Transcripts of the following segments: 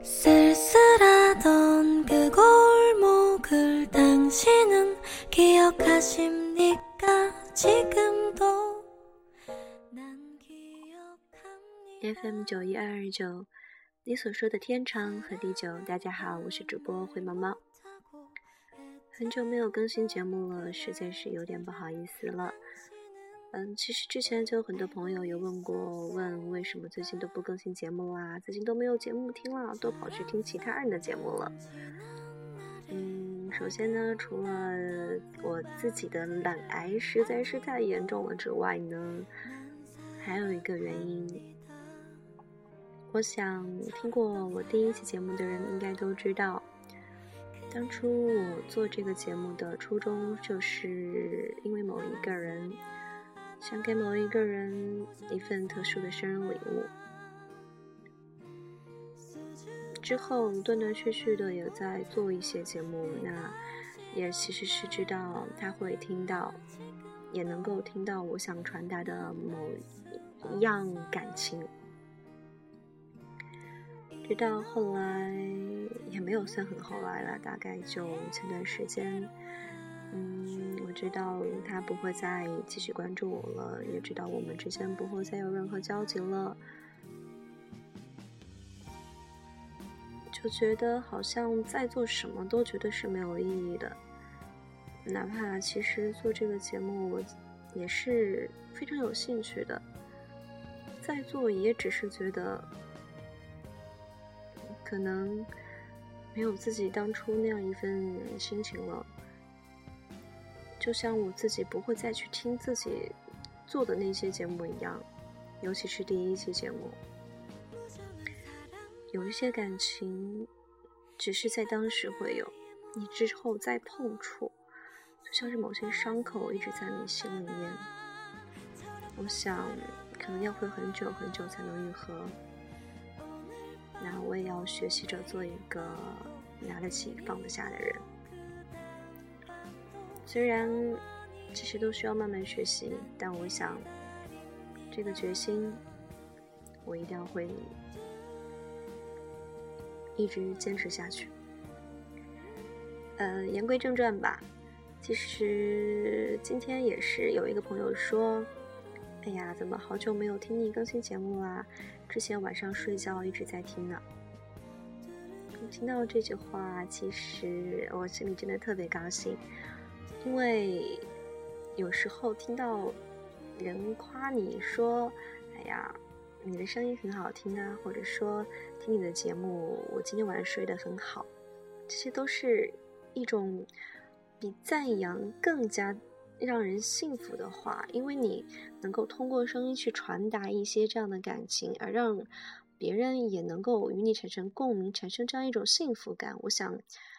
쓸쓸하던 그 골목을 당신은 기억하십니까? 지금도 난 기억합니다. FM9129，你所说的天长和地久。大家好，我是主播灰毛毛。很久没有更新节目了，实在是有点不好意思了。其实之前就有很多朋友有问为什么最近都不更新节目啦，最近都没有节目听了，都跑去听其他人的节目了。首先呢，除了我自己的懒癌实在是太严重了之外呢，还有一个原因，我想听过我第一期节目的人应该都知道，当初我做这个节目的初衷就是因为某一个人，想给某一个人一份特殊的生日礼物。之后断断续续的也在做一些节目，那也其实是知道他会听到，也能够听到我想传达的某一样感情。直到后来也没有算很后来了，大概就前段时间，我知道他不会再继续关注我了，也知道我们之间不会再有任何交集了，就觉得好像再做什么都觉得是没有意义的，哪怕其实做这个节目我也是非常有兴趣的，再做也只是觉得可能没有自己当初那样一份心情了，就像我自己不会再去听自己做的那些节目一样，尤其是第一期节目，有一些感情只是在当时会有，你之后再碰触，就像是某些伤口一直在你心里面，我想可能要会很久很久才能愈合。那我也要学习着做一个拿得起放得下的人，虽然这些都需要慢慢学习，但我想这个决心我一定要会一直坚持下去。言归正传吧，其实今天也是有一个朋友说，哎呀，怎么好久没有听你更新节目啦，之前晚上睡觉一直在听呢。听到这句话，其实我心里真的特别高兴，因为有时候听到人夸你说，哎呀，你的声音很好听啊，或者说听你的节目我今天晚上睡得很好，这些都是一种比赞扬更加让人幸福的话，因为你能够通过声音去传达一些这样的感情，而让别人也能够与你产生共鸣，产生这样一种幸福感，我想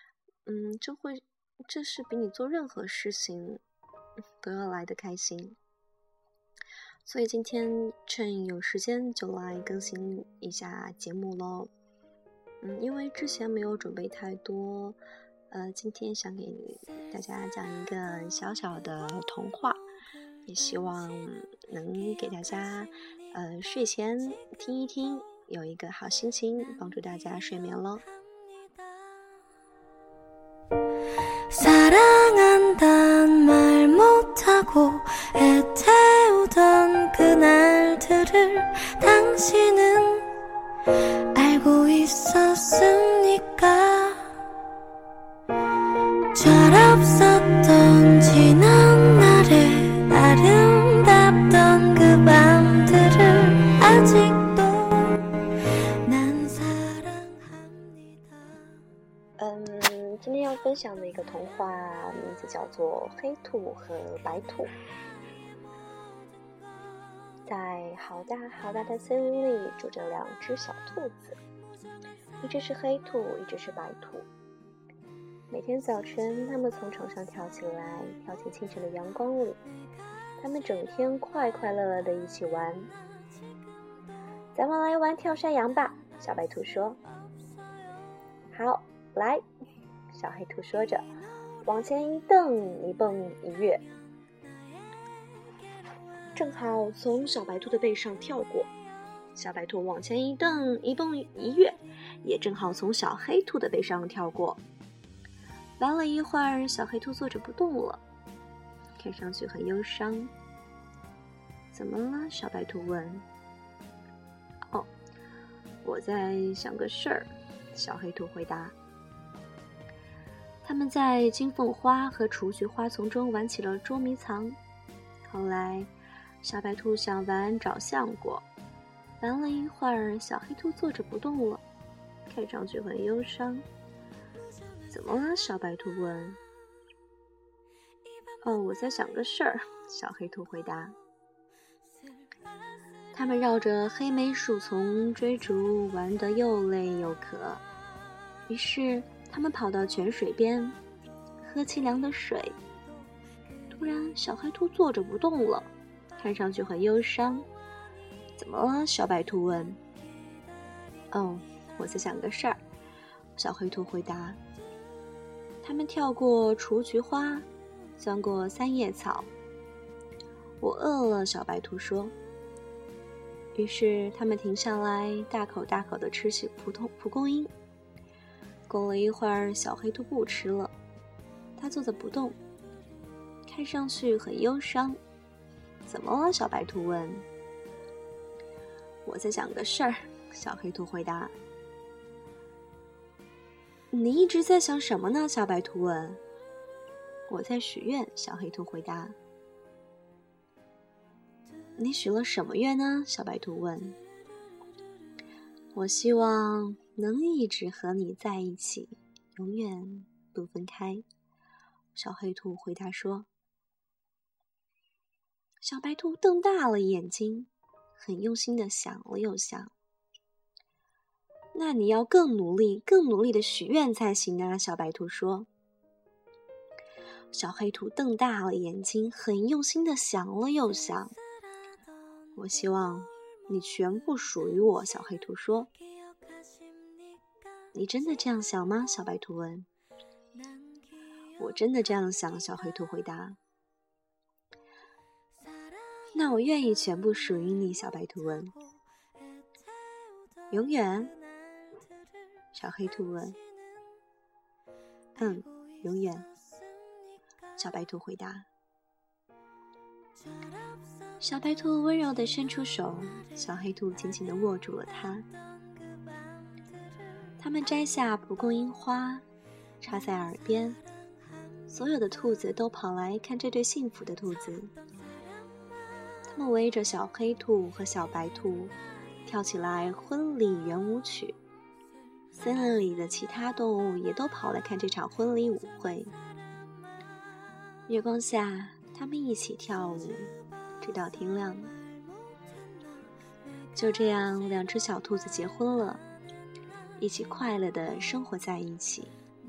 这是比你做任何事情都要来得开心。所以今天趁有时间就来更新一下节目咯。因为之前没有准备太多，今天想给大家讲一个小小的童话，也希望能给大家睡前听一听，有一个好心情，帮助大家睡眠咯。 사랑한단 말 못하고 애태우던 그날들을 당신은 알고 있었습니까? 철없었던 지난 날의 아름답던 그 밤들을 아직도 난 사랑합니다. 今天要分享的一个童话名字叫做《黑兔和白兔》。在好大好大的森林里住着两只小兔子，一只是黑兔，一只是白兔。每天早晨，它们从床上跳起来，跳进清晨的阳光里，它们整天快快乐乐地一起玩。咱们来玩跳山羊吧，小白兔说。好，来，小黑兔说着，往前一蹬，一蹦一跃，正好从小白兔的背上跳过。 小白兔往前一蹬，一蹦一跃，也正好从小黑兔的背上跳过。玩了一会儿，小黑兔坐着不动了，看上去很忧伤。怎么了？小白兔问。哦，我在想个事儿，小黑兔回答。他们在金凤花和雏菊花丛中玩起了捉迷藏。后来，小白兔想玩找橡果，玩了一会儿，小黑兔坐着不动了，看上去很忧伤。怎么了？小白兔问。哦，我在想个事儿，小黑兔回答。他们绕着黑莓树丛追逐，玩得又累又渴。于是他们跑到泉水边，喝清凉的水。突然，小黑兔坐着不动了，看上去很忧伤。怎么了？小白兔问。哦，我在想个事儿，小黑兔回答。他们跳过雏菊花，钻过三叶草。我饿了，小白兔说。于是他们停下来，大口大口地吃起蒲公英。过了一会儿，小黑兔不吃了，它坐着不动，看上去很忧伤。怎么了？小白兔问。我在想个事儿，小黑兔回答。你一直在想什么呢？小白兔问。我在许愿，小黑兔回答。你许了什么愿呢？小白兔问。我希望能一直和你在一起，永远不分开，小黑兔回答说。小白兔瞪大了眼睛，很用心地想了又想。那你要更努力地许愿才行啊，小白兔说。小黑兔瞪大了眼睛，很用心地想了又想。我希望你全部属于我，小黑兔说。你真的这样想吗？小白兔问。我真的这样想，小黑兔回答。那我愿意全部属于你，小白兔问。永远？小黑兔问。永远，小白兔回答。小白兔温柔地伸出手，小黑兔紧紧地握住了它。他们摘下蒲公英花，插在耳边，所有的兔子都跑来看这对幸福的兔子。他们围着小黑兔和小白兔跳起来婚礼圆舞曲。森林里的其他动物也都跑来看这场婚礼舞会。月光下，他们一起跳舞，直到天亮。就这样，两只小兔子结婚了，一起快乐地生活在一起。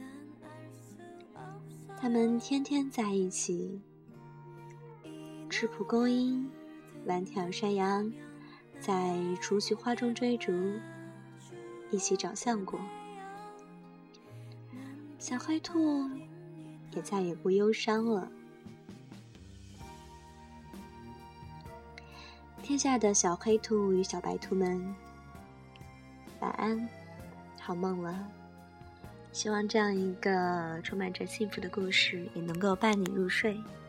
他们天天在一起，吃蒲公英，玩跳山羊，在雏菊花中追逐，一起找橡果。小黑兔也再也不忧伤了。天下的小黑兔与小白兔们，晚安，好梦了。希望这样一个充满着幸福的故事也能够伴你入睡。